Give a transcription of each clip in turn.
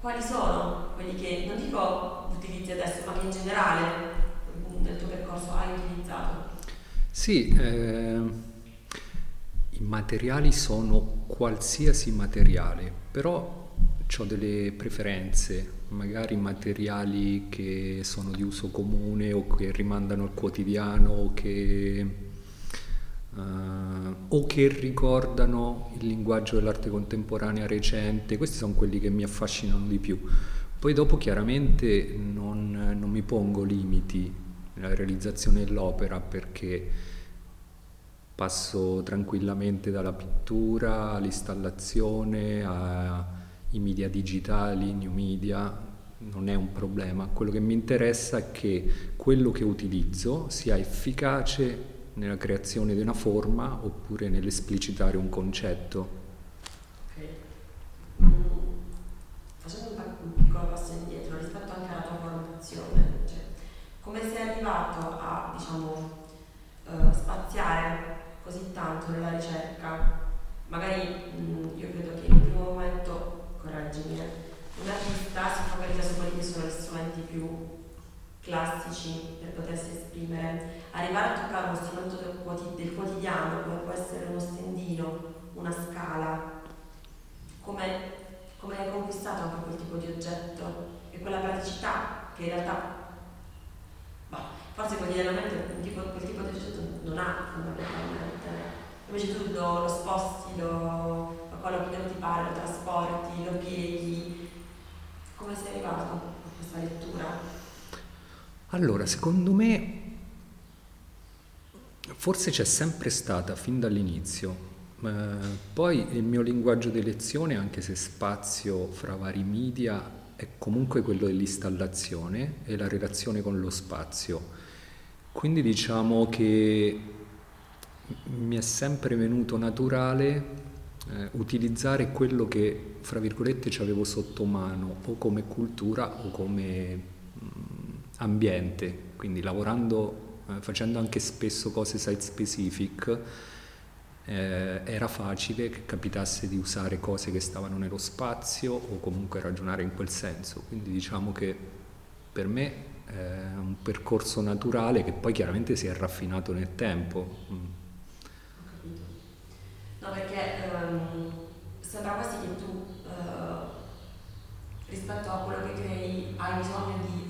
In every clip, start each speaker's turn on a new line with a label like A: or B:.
A: quali sono quelli che, non dico utilizzi adesso, ma che in generale nel tuo percorso hai utilizzato?
B: Sì, i materiali sono qualsiasi materiale, però ho delle preferenze, magari materiali che sono di uso comune o che rimandano al quotidiano o che ricordano il linguaggio dell'arte contemporanea recente. Questi sono quelli che mi affascinano di più. Poi dopo chiaramente non mi pongo limiti nella realizzazione dell'opera, perché passo tranquillamente dalla pittura all'installazione ai media digitali, new media, non è un problema. Quello che mi interessa è che quello che utilizzo sia efficace nella creazione di una forma oppure nell'esplicitare un concetto.
A: Ok. Mm, Facendo un piccolo passo indietro rispetto anche alla tua formazione, cioè come sei arrivato a, diciamo, spaziare così tanto nella ricerca? Magari io credo che in un primo momento, correggimi, un artista si focalizza su quelli che sono gli strumenti più classici per potersi esprimere, arrivare a toccare uno strumento del quotidiano, come può essere uno stendino, una scala, come, come hai conquistato anche quel tipo di oggetto e quella praticità che in realtà, bah, forse quotidianamente quel tipo di oggetto non ha fondamentalmente. Invece tu lo sposti, lo collochi dove ti pare, lo trasporti, lo pieghi. Come sei arrivato a questa lettura?
B: Allora, secondo me forse c'è sempre stata fin dall'inizio. Poi il mio linguaggio di lezione, anche se spazio fra vari media, è comunque quello dell'installazione e la relazione con lo spazio. Quindi diciamo che mi è sempre venuto naturale utilizzare quello che, fra virgolette, ci avevo sotto mano, o come cultura o come ambiente, quindi lavorando, facendo anche spesso cose site specific, era facile che capitasse di usare cose che stavano nello spazio o comunque ragionare in quel senso. Quindi diciamo che per me è un percorso naturale che poi chiaramente si è raffinato nel tempo.
A: Ho capito. No, perché sembra quasi che tu, rispetto a quello che crei, hai bisogno di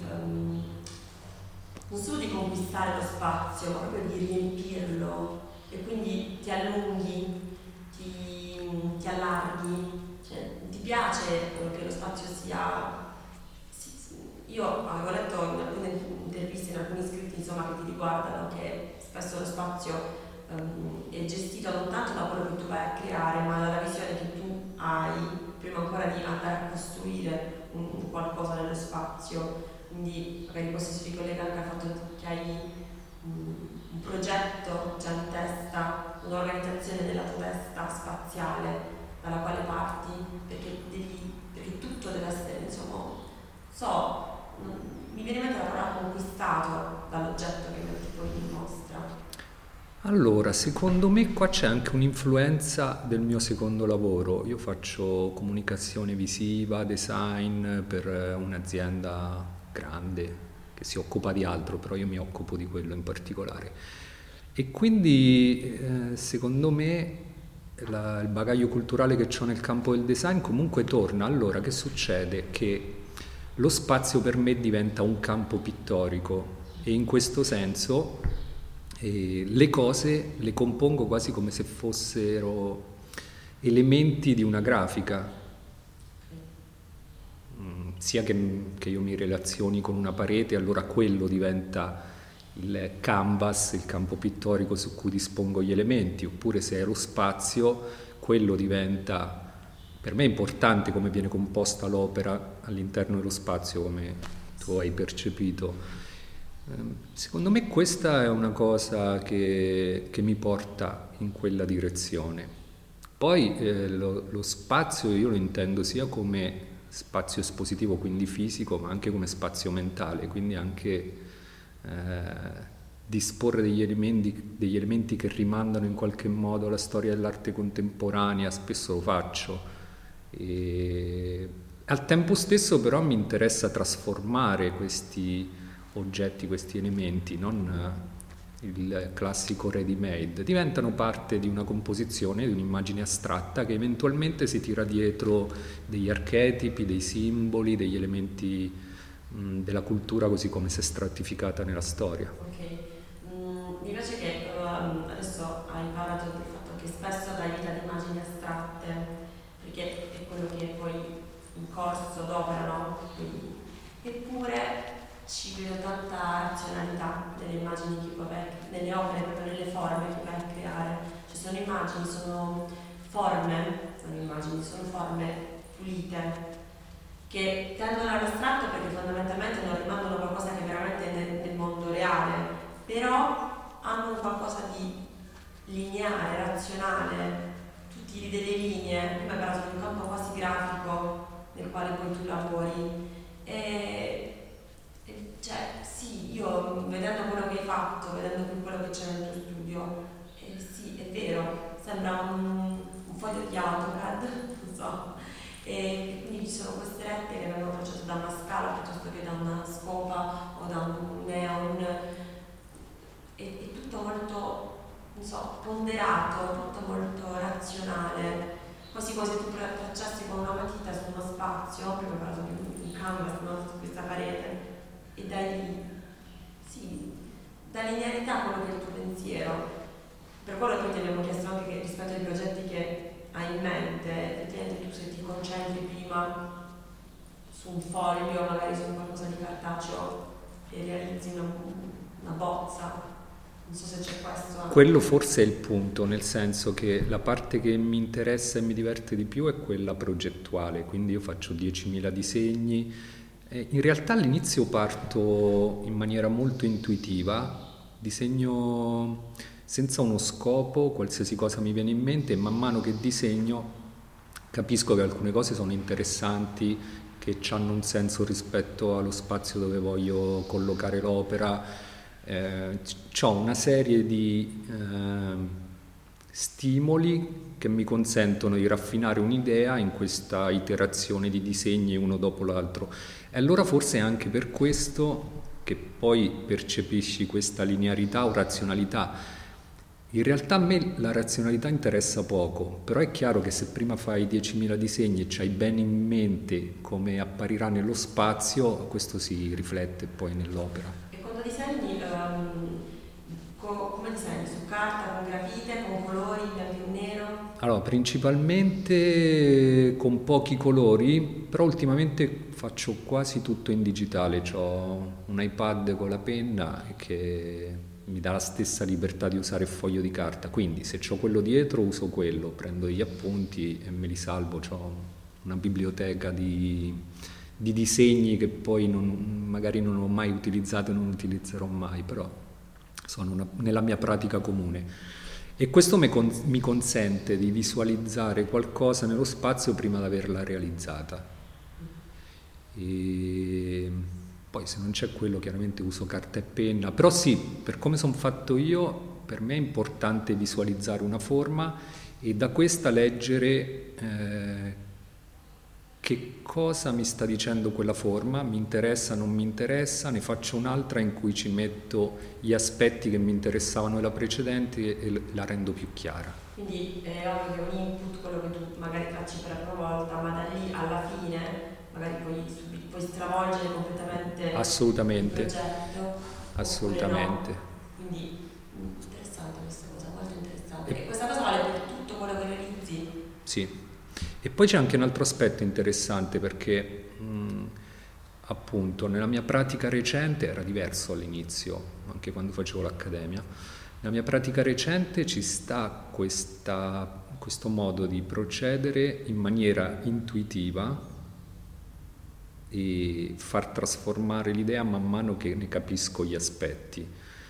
A: non solo di conquistare lo spazio, ma proprio di riempirlo e quindi ti allunghi, ti allarghi, cioè, ti piace che lo spazio sia. Io avevo letto in alcune interviste, in alcuni scritti insomma, che ti riguardano, che spesso lo spazio è gestito non tanto da quello che tu vai a creare, ma dalla visione che tu hai prima ancora di andare a costruire un qualcosa nello spazio. Quindi magari questo si ricollega anche al fatto che hai un progetto già in testa, un'organizzazione della tua testa spaziale dalla quale parti, perché tutto deve essere, insomma, so, mi viene in mente la parola conquistato dall'oggetto che metti poi in mostra.
B: Allora, secondo me qua c'è anche un'influenza del mio secondo lavoro. Io faccio comunicazione visiva, design per un'azienda grande che si occupa di altro, però io mi occupo di quello in particolare. E quindi secondo me il bagaglio culturale che ho nel campo del design comunque torna. Allora, che succede? Che lo spazio per me diventa un campo pittorico e in questo senso le cose le compongo quasi come se fossero elementi di una grafica, sia che io mi relazioni con una parete, allora quello diventa il canvas, il campo pittorico su cui dispongo gli elementi, oppure se è lo spazio, quello diventa. Per me è importante come viene composta l'opera all'interno dello spazio, come tu hai percepito. Secondo me questa è una cosa che mi porta in quella direzione. Poi lo spazio io lo intendo sia come spazio espositivo, quindi fisico, ma anche come spazio mentale, quindi anche disporre degli elementi che rimandano in qualche modo alla storia dell'arte contemporanea, spesso lo faccio. E Al tempo stesso però mi interessa trasformare questi oggetti, questi elementi, non il classico ready-made, diventano parte di una composizione, di un'immagine astratta che eventualmente si tira dietro degli archetipi, dei simboli, degli elementi della cultura così come si è stratificata nella storia.
A: Ok, mi piace che adesso hai parlato del fatto che spesso dai vita ad immagini astratte, perché è quello che poi in corso d'opera, no? Quindi, eppure ci vedo tanta razionalità nelle immagini che poi nelle opere, proprio nelle forme che vai a creare. Ci sono immagini, sono forme, non immagini, sono forme pulite che tendono all'astratto perché fondamentalmente non rimandano qualcosa che veramente è nel mondo reale, però hanno qualcosa di lineare, razionale, tu tiri delle linee, prima hai parlato di un campo quasi grafico nel quale poi tu lavori. Cioè, sì, io vedendo quello che hai fatto, vedendo quello che c'è nel tuo studio, sì, è vero, sembra un foglio di AutoCAD, non so, e quindi ci sono queste rette che vengono tracciate da una scala piuttosto che da una scopa o da un neon, è tutto molto, non so, ponderato, tutto molto razionale, quasi come se tu tracciassi con una matita su uno spazio, proprio parlato di un canvas, no? Su questa parete, e dai, sì, dà linearità a quello che è il tuo pensiero. Per quello che ti abbiamo chiesto anche che rispetto ai progetti che hai in mente, effettivamente tu se ti concentri prima su un foglio, magari su qualcosa di cartaceo e realizzi una bozza, non so se c'è questo.
B: Quello forse è il punto, nel senso che la parte che mi interessa e mi diverte di più è quella progettuale, quindi io faccio 10.000 disegni. In realtà all'inizio parto in maniera molto intuitiva, disegno senza uno scopo, qualsiasi cosa mi viene in mente, e man mano che disegno capisco che alcune cose sono interessanti, che hanno un senso rispetto allo spazio dove voglio collocare l'opera. C'ho una serie di stimoli che mi consentono di raffinare un'idea in questa iterazione di disegni uno dopo l'altro. E allora forse è anche per questo che poi percepisci questa linearità o razionalità. In realtà a me la razionalità interessa poco, però è chiaro che se prima fai 10.000 disegni e c'hai bene in mente come apparirà nello spazio, questo si riflette poi nell'opera.
A: E quando disegni, come disegni? Su carta, con grafite, con colori, bianco e nero?
B: Allora, principalmente con pochi colori, però ultimamente faccio quasi tutto in digitale. Ho un iPad con la penna che mi dà la stessa libertà di usare il foglio di carta, quindi se ho quello dietro uso quello, prendo gli appunti e me li salvo. Ho una biblioteca di disegni che poi magari non ho mai utilizzato e non utilizzerò mai, però sono nella mia pratica comune. E questo mi consente di visualizzare qualcosa nello spazio prima di averla realizzata. E poi se non c'è quello chiaramente uso carta e penna, però sì, per come sono fatto io, per me è importante visualizzare una forma e da questa leggere che cosa mi sta dicendo quella forma, mi interessa, non mi interessa, ne faccio un'altra in cui ci metto gli aspetti che mi interessavano nella precedente e la rendo più chiara.
A: Quindi è ovvio che un input, quello che tu magari facci per la prima volta, ma da lì alla fine magari puoi stravolgere completamente
B: Assolutamente.
A: il progetto.
B: Assolutamente.
A: No. Quindi interessante questa cosa, molto interessante. E questa cosa vale per tutto quello che realizzi?
B: Sì. E poi c'è anche un altro aspetto interessante perché appunto nella mia pratica recente era diverso all'inizio, anche quando facevo l'accademia. Nella mia pratica recente ci sta questo modo di procedere in maniera intuitiva e far trasformare l'idea man mano che ne capisco gli aspetti.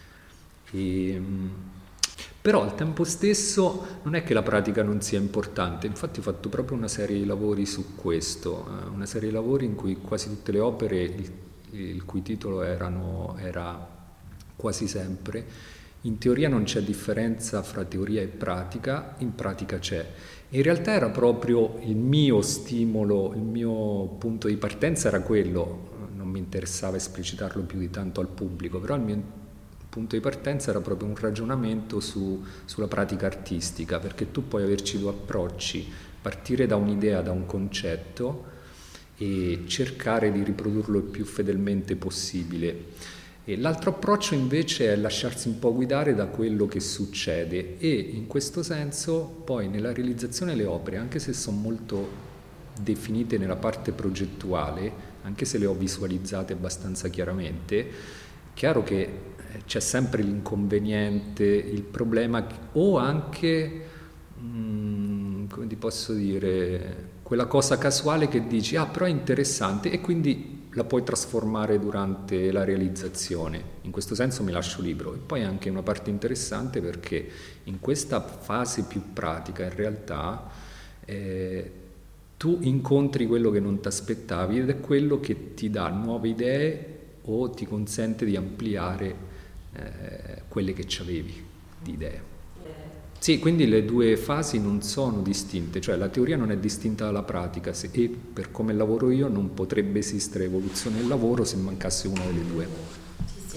B: Però al tempo stesso non è che la pratica non sia importante, infatti ho fatto proprio una serie di lavori su questo, una serie di lavori in cui quasi tutte le opere, il cui titolo era quasi sempre In teoria non c'è differenza fra teoria e pratica, in pratica c'è. In realtà era proprio il mio stimolo, il mio punto di partenza era quello, non mi interessava esplicitarlo più di tanto al pubblico, però il mio punto di partenza era proprio un ragionamento sulla pratica artistica, perché tu puoi averci due approcci, partire da un'idea, da un concetto e cercare di riprodurlo il più fedelmente possibile. E l'altro approccio invece è lasciarsi un po' guidare da quello che succede e in questo senso poi nella realizzazione delle opere, anche se sono molto definite nella parte progettuale, anche se le ho visualizzate abbastanza chiaramente, chiaro che c'è sempre l'inconveniente, il problema o anche, come ti posso dire, quella cosa casuale che dici, ah però è interessante e quindi la puoi trasformare durante la realizzazione. In questo senso mi lascio libero. E poi anche una parte interessante perché in questa fase più pratica in realtà tu incontri quello che non ti aspettavi ed è quello che ti dà nuove idee o ti consente di ampliare quelle che avevi di idee. Sì, quindi le due fasi non sono distinte, cioè la teoria non è distinta dalla pratica e per come lavoro io non potrebbe esistere evoluzione del lavoro se mancasse una delle due.
A: Sì,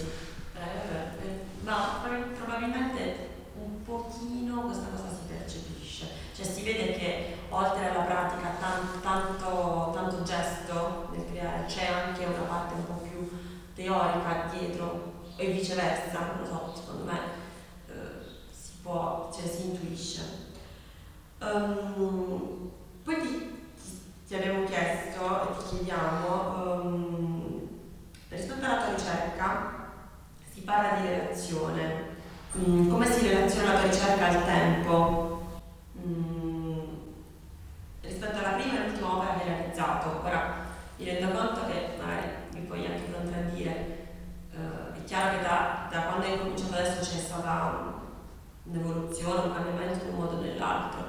A: ma probabilmente un pochino questa cosa si percepisce, cioè si vede che oltre alla pratica tanto gesto nel creare, c'è anche una parte un po' più teorica dietro e viceversa, non lo so, secondo me si intuisce. Poi ti abbiamo chiesto e ti chiediamo, rispetto alla tua ricerca si parla di relazione, come si relaziona la tua ricerca al tempo? Rispetto alla prima e l'ultima opera che hai realizzato, ora mi rendo conto che magari mi puoi anche contraddire, è chiaro che da quando hai cominciato adesso c'è stata un'evoluzione, un cambiamento in un modo o nell'altro,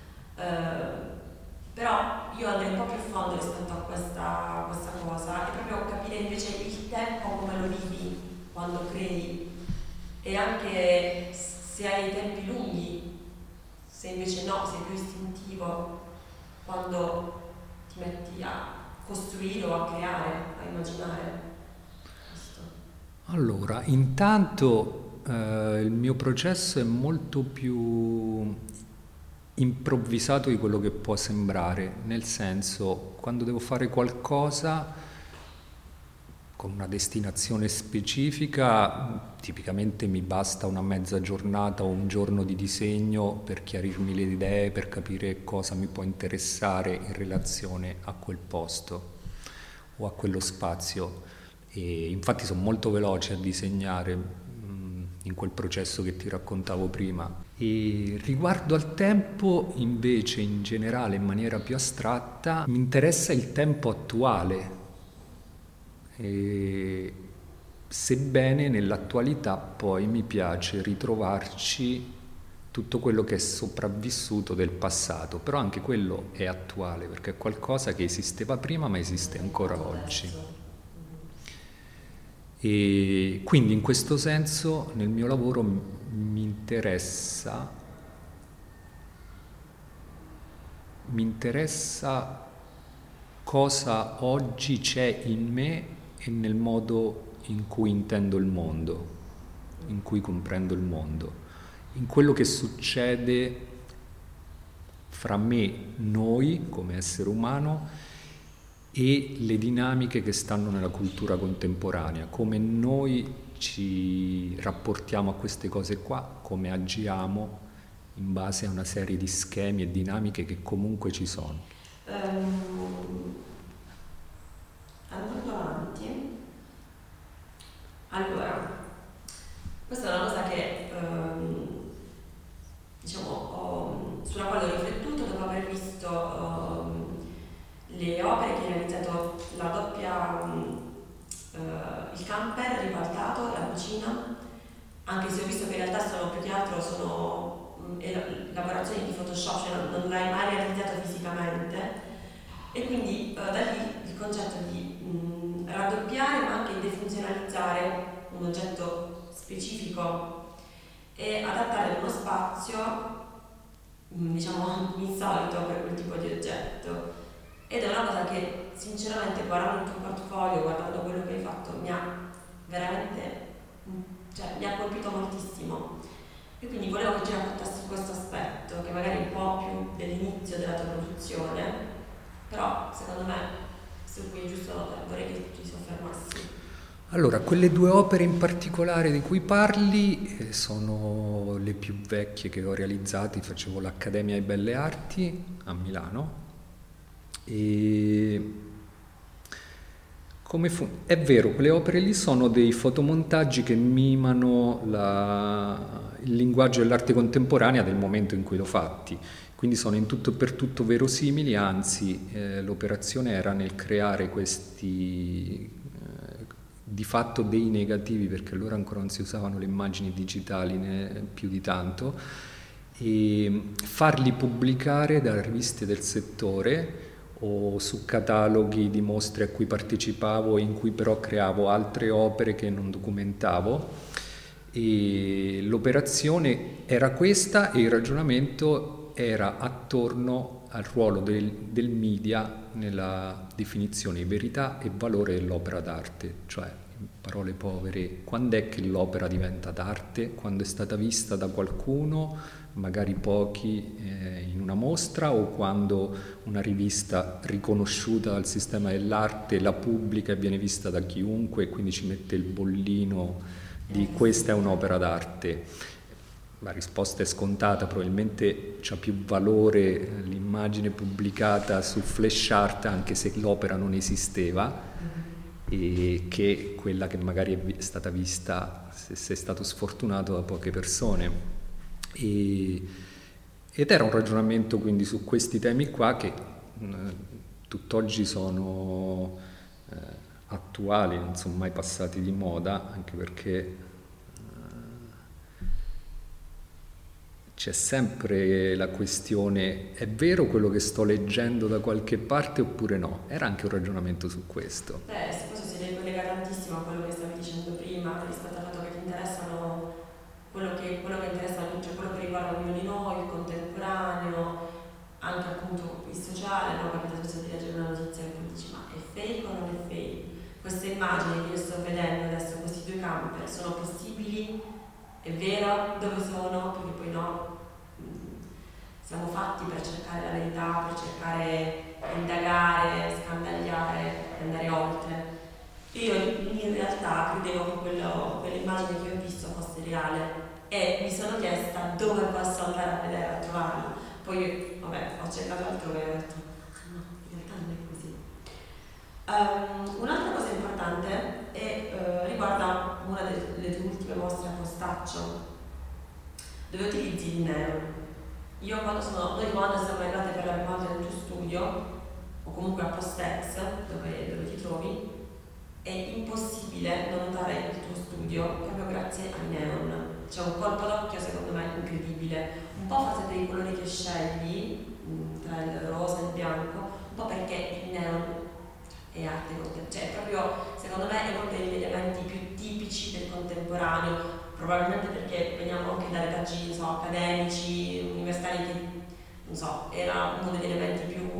A: però io andrei un po' più a fondo rispetto a questa cosa e proprio capire invece il tempo come lo vivi quando crei e anche se hai tempi lunghi, se invece no, sei più istintivo quando ti metti a costruire o a creare, a immaginare questo.
B: Allora, intanto il mio processo è molto più improvvisato di quello che può sembrare, nel senso, quando devo fare qualcosa con una destinazione specifica, tipicamente mi basta una mezza giornata o un giorno di disegno per chiarirmi le idee, per capire cosa mi può interessare in relazione a quel posto o a quello spazio. E infatti sono molto veloce a disegnare in quel processo che ti raccontavo prima. E riguardo al tempo, invece, in generale, in maniera più astratta, mi interessa il tempo attuale. E sebbene nell'attualità poi mi piace ritrovarci tutto quello che è sopravvissuto del passato, però anche quello è attuale, perché è qualcosa che esisteva prima ma esiste ancora oggi. E quindi in questo senso nel mio lavoro mi interessa cosa oggi c'è in me e nel modo in cui intendo il mondo, in cui comprendo il mondo, in quello che succede fra me, noi come essere umano e le dinamiche che stanno nella cultura contemporanea, come noi ci rapportiamo a queste cose qua, come agiamo in base a una serie di schemi e dinamiche che comunque ci sono.
A: Andando avanti, allora, questa è una cosa che sulla quale ho riflettuto dopo aver visto le opere che hai realizzato, la doppia, il camper ribaltato, la cucina, anche se ho visto che in realtà sono più che altro lavorazioni di Photoshop, cioè non l'hai mai realizzato fisicamente, e quindi da lì il concetto di raddoppiare ma anche defunzionalizzare un oggetto specifico e adattare uno spazio, diciamo, insolito per quel tipo di oggetto. Ed è una cosa che sinceramente, guardando il tuo portfolio, guardando quello che hai fatto, mi ha veramente, cioè, mi ha colpito moltissimo. E quindi volevo che ci raccontassi questo aspetto, che magari è un po' più dell'inizio della tua produzione, però secondo me su cui è giusto vorrei che ci soffermassi.
B: Allora, quelle due opere in particolare di cui parli sono le più vecchie che ho realizzate. Facevo l'Accademia di Belle Arti a Milano e è vero, quelle opere lì sono dei fotomontaggi che mimano il linguaggio dell'arte contemporanea del momento in cui l'ho fatti, quindi sono in tutto e per tutto verosimili, anzi l'operazione era nel creare questi di fatto dei negativi, perché allora ancora non si usavano le immagini digitali più di tanto, e farli pubblicare da riviste del settore o su cataloghi di mostre a cui partecipavo, in cui però creavo altre opere che non documentavo. E l'operazione era questa e il ragionamento era attorno al ruolo del media nella definizione di verità e valore dell'opera d'arte, cioè in parole povere, quando è che l'opera diventa d'arte? Quando è stata vista da qualcuno, magari pochi, in una mostra, o quando una rivista riconosciuta dal sistema dell'arte la pubblica e viene vista da chiunque e quindi ci mette il bollino di questa è un'opera d'arte. La risposta è scontata, probabilmente c'ha più valore l'immagine pubblicata su Flash Art, anche se l'opera non esisteva, e che quella che magari è stata vista, se sei stato sfortunato, da poche persone. Ed era un ragionamento quindi su questi temi qua che tutt'oggi sono attuali, non sono mai passati di moda, anche perché c'è sempre la questione: è vero quello che sto leggendo da qualche parte oppure no? Era anche un ragionamento su questo.
A: Questo si ricollega tantissimo a quello che stavi dicendo prima rispetto al fatto che ti interessano quello che interessa, cioè quello che riguarda ognuno di noi, il contemporaneo, anche appunto il sociale, no? Capita spesso di leggere una notizia e poi dici: ma è fake o non è fake? Queste immagini che io sto vedendo adesso, questi due camper, sono possibili? È vero? Dove sono? Perché poi no, siamo fatti per cercare la verità, per cercare di indagare, scandagliare, andare oltre. Io in realtà credevo che quell'immagine che ho visto fosse reale e mi sono chiesta dove posso andare a vedere, a trovarla. Poi, vabbè, ho cercato altrove e ho detto: no, in realtà non è così. Un'altra cosa importante riguarda una delle tue ultime mostre a Postaccio, dove utilizzi il neon. Noi quando siamo andate per la prima volta nel tuo studio, o comunque a Postex, dove ti trovi, è impossibile non notare il tuo studio proprio grazie ai neon. C'è un colpo d'occhio secondo me incredibile, un po' forse per i colori che scegli, tra il rosa e il bianco, un po' perché il neon è arte contemporanea, cioè proprio secondo me è uno degli elementi più tipici del contemporaneo, probabilmente perché veniamo anche da retaggi, non so, accademici, universitari, che non so, era uno degli elementi più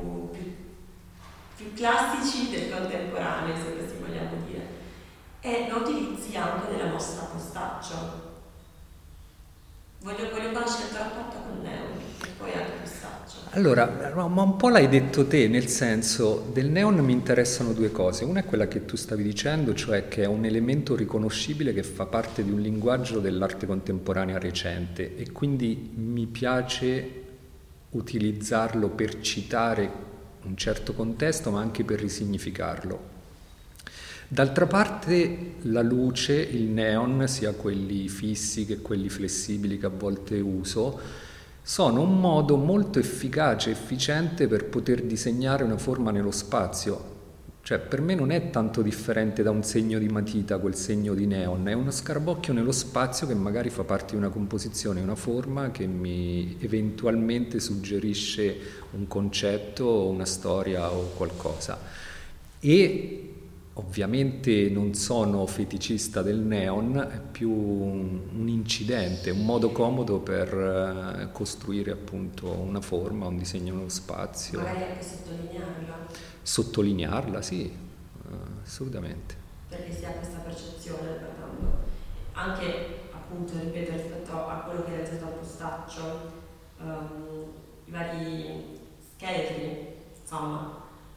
A: classici del contemporaneo, se così vogliamo dire, e lo utilizzi anche nella mostra Postaccio. Voglio conoscere il tuo rapporto con neon e poi anche Postaccio.
B: Allora, ma un po' l'hai detto te, nel senso, del neon mi interessano due cose. Una è quella che tu stavi dicendo, cioè che è un elemento riconoscibile che fa parte di un linguaggio dell'arte contemporanea recente, e quindi mi piace utilizzarlo per citare un certo contesto, ma anche per risignificarlo. D'altra parte la luce, il neon, sia quelli fissi che quelli flessibili che a volte uso, sono un modo molto efficace e efficiente per poter disegnare una forma nello spazio. Cioè, per me non è tanto differente da un segno di matita quel segno di neon, è uno scarabocchio nello spazio che magari fa parte di una composizione, una forma che mi eventualmente suggerisce un concetto, una storia o qualcosa. E ovviamente non sono feticista del neon, è più un incidente, un modo comodo per costruire appunto una forma, un disegno nello spazio.
A: Magari anche sottolinearla.
B: Sottolinearla, sì, assolutamente.
A: Perché si ha questa percezione, guardando. Anche, appunto, ripeto, rispetto a quello che è realizzato al postaccio, i vari scheletri, insomma,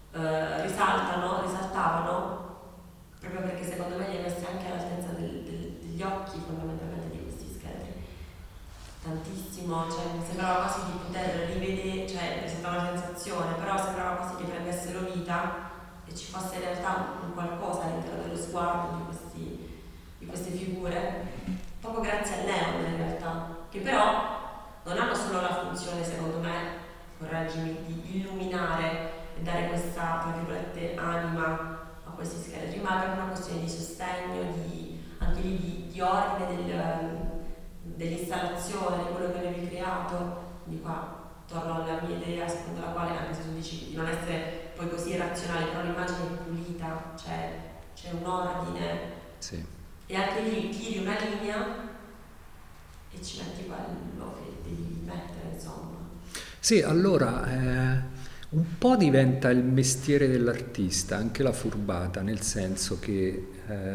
A: risaltavano proprio perché secondo me li hai messi anche all'altezza degli occhi fondamentalmente di questi scheletri. Tantissimo, cioè mi sembrava quasi di poter rivedere, cioè è stata una sensazione, però sembrava quasi che prendessero vita e ci fosse in realtà un qualcosa all'interno dello sguardo di queste figure, proprio grazie al neon in realtà, che però non hanno solo la funzione, secondo me, correggimi, di illuminare e dare questa, tra virgolette, anima a questi scheletri, ma anche una questione di sostegno, anche lì di ordine dell'installazione, di quello che avevi creato. Quindi qua torno alla mia idea, secondo la quale, anche se tu dici di non essere poi così irrazionale, però l'immagine è pulita, c'è un ordine.
B: Sì.
A: E anche lì tiri una linea e ci metti quello che devi mettere, insomma.
B: Sì, allora un po' diventa il mestiere dell'artista, anche la furbata, nel senso che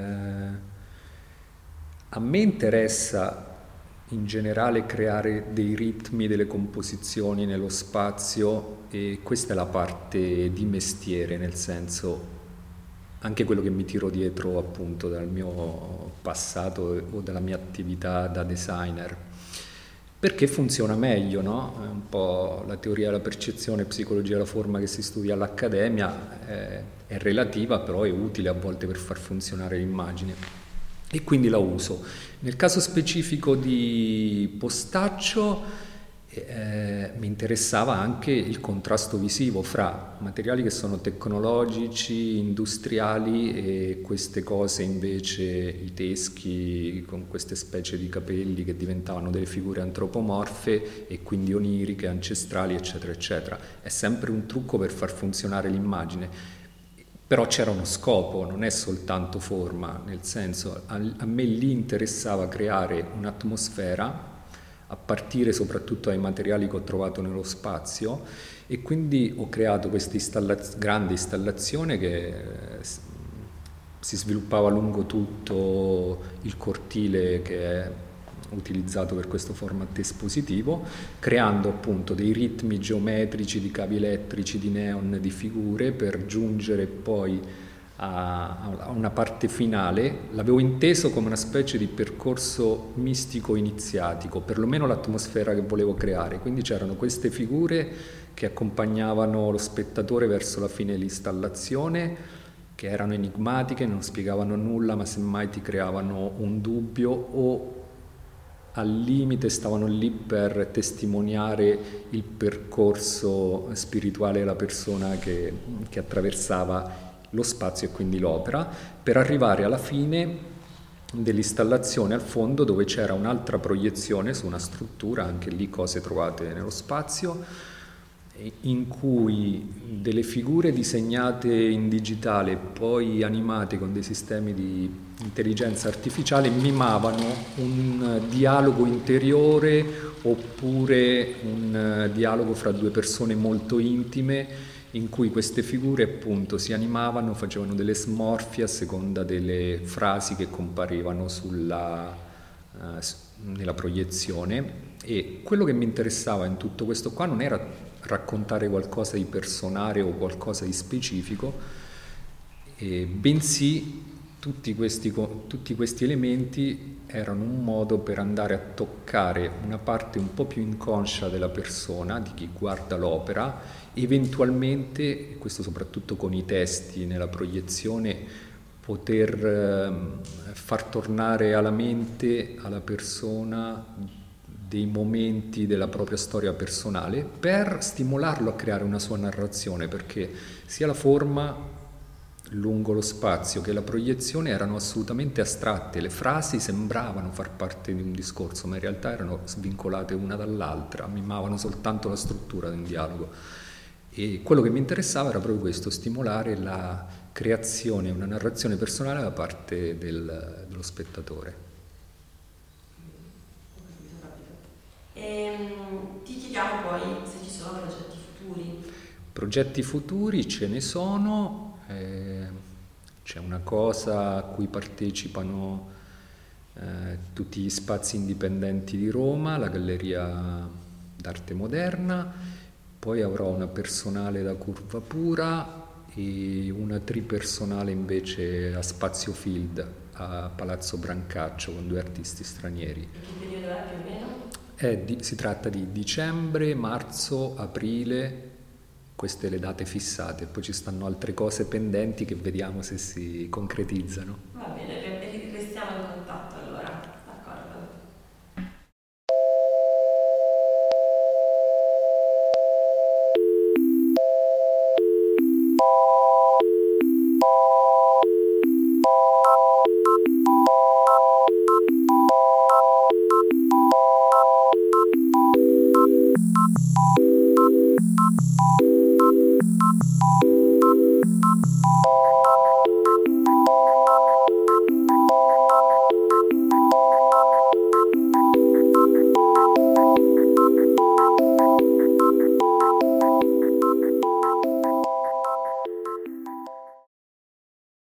B: a me interessa in generale creare dei ritmi, delle composizioni nello spazio, e questa è la parte di mestiere, nel senso anche quello che mi tiro dietro appunto dal mio passato o dalla mia attività da designer, perché funziona meglio, no? È un po' la teoria della percezione, psicologia della forma che si studia all'accademia, è relativa, però è utile a volte per far funzionare l'immagine, e quindi la uso. Nel caso specifico di Postaccio mi interessava anche il contrasto visivo fra materiali che sono tecnologici, industriali, e queste cose invece, i teschi con queste specie di capelli che diventavano delle figure antropomorfe e quindi oniriche, ancestrali, eccetera eccetera. È sempre un trucco per far funzionare l'immagine, però c'era uno scopo, non è soltanto forma, nel senso a me lì interessava creare un'atmosfera a partire soprattutto dai materiali che ho trovato nello spazio, e quindi ho creato questa grande installazione che si sviluppava lungo tutto il cortile che è utilizzato per questo format espositivo, creando appunto dei ritmi geometrici di cavi elettrici, di neon, di figure, per giungere poi a una parte finale. L'avevo inteso come una specie di percorso mistico iniziatico, perlomeno l'atmosfera che volevo creare. Quindi c'erano queste figure che accompagnavano lo spettatore verso la fine dell'installazione, che erano enigmatiche, non spiegavano nulla, ma semmai ti creavano un dubbio, o al limite stavano lì per testimoniare il percorso spirituale della persona che attraversava lo spazio e quindi l'opera, per arrivare alla fine dell'installazione al fondo, dove c'era un'altra proiezione su una struttura, anche lì cose trovate nello spazio, in cui delle figure disegnate in digitale, poi animate con dei sistemi di intelligenza artificiale, mimavano un dialogo interiore oppure un dialogo fra due persone molto intime, in cui queste figure appunto si animavano, facevano delle smorfie a seconda delle frasi che comparivano nella proiezione. E quello che mi interessava in tutto questo qua non era raccontare qualcosa di personale o qualcosa di specifico, bensì tutti questi elementi erano un modo per andare a toccare una parte un po' più inconscia della persona, di chi guarda l'opera, eventualmente, questo soprattutto con i testi nella proiezione, poter far tornare alla mente, alla persona, dei momenti della propria storia personale, per stimolarlo a creare una sua narrazione, perché sia la forma lungo lo spazio che la proiezione erano assolutamente astratte. Le frasi sembravano far parte di un discorso, ma in realtà erano svincolate una dall'altra, mimavano soltanto la struttura di un dialogo. E quello che mi interessava era proprio questo, stimolare la creazione, una narrazione personale da parte dello spettatore.
A: Ti chiediamo poi se ci sono progetti futuri.
B: Progetti futuri ce ne sono, c'è una cosa a cui partecipano tutti gli spazi indipendenti di Roma, la Galleria d'Arte Moderna, poi avrò una personale da Curva Pura e una tripersonale invece a Spazio Field a Palazzo Brancaccio con 2 artisti stranieri.
A: E che periodo è più o meno?
B: Si tratta di dicembre, marzo, aprile, queste le date fissate, poi ci stanno altre cose pendenti che vediamo se si concretizzano.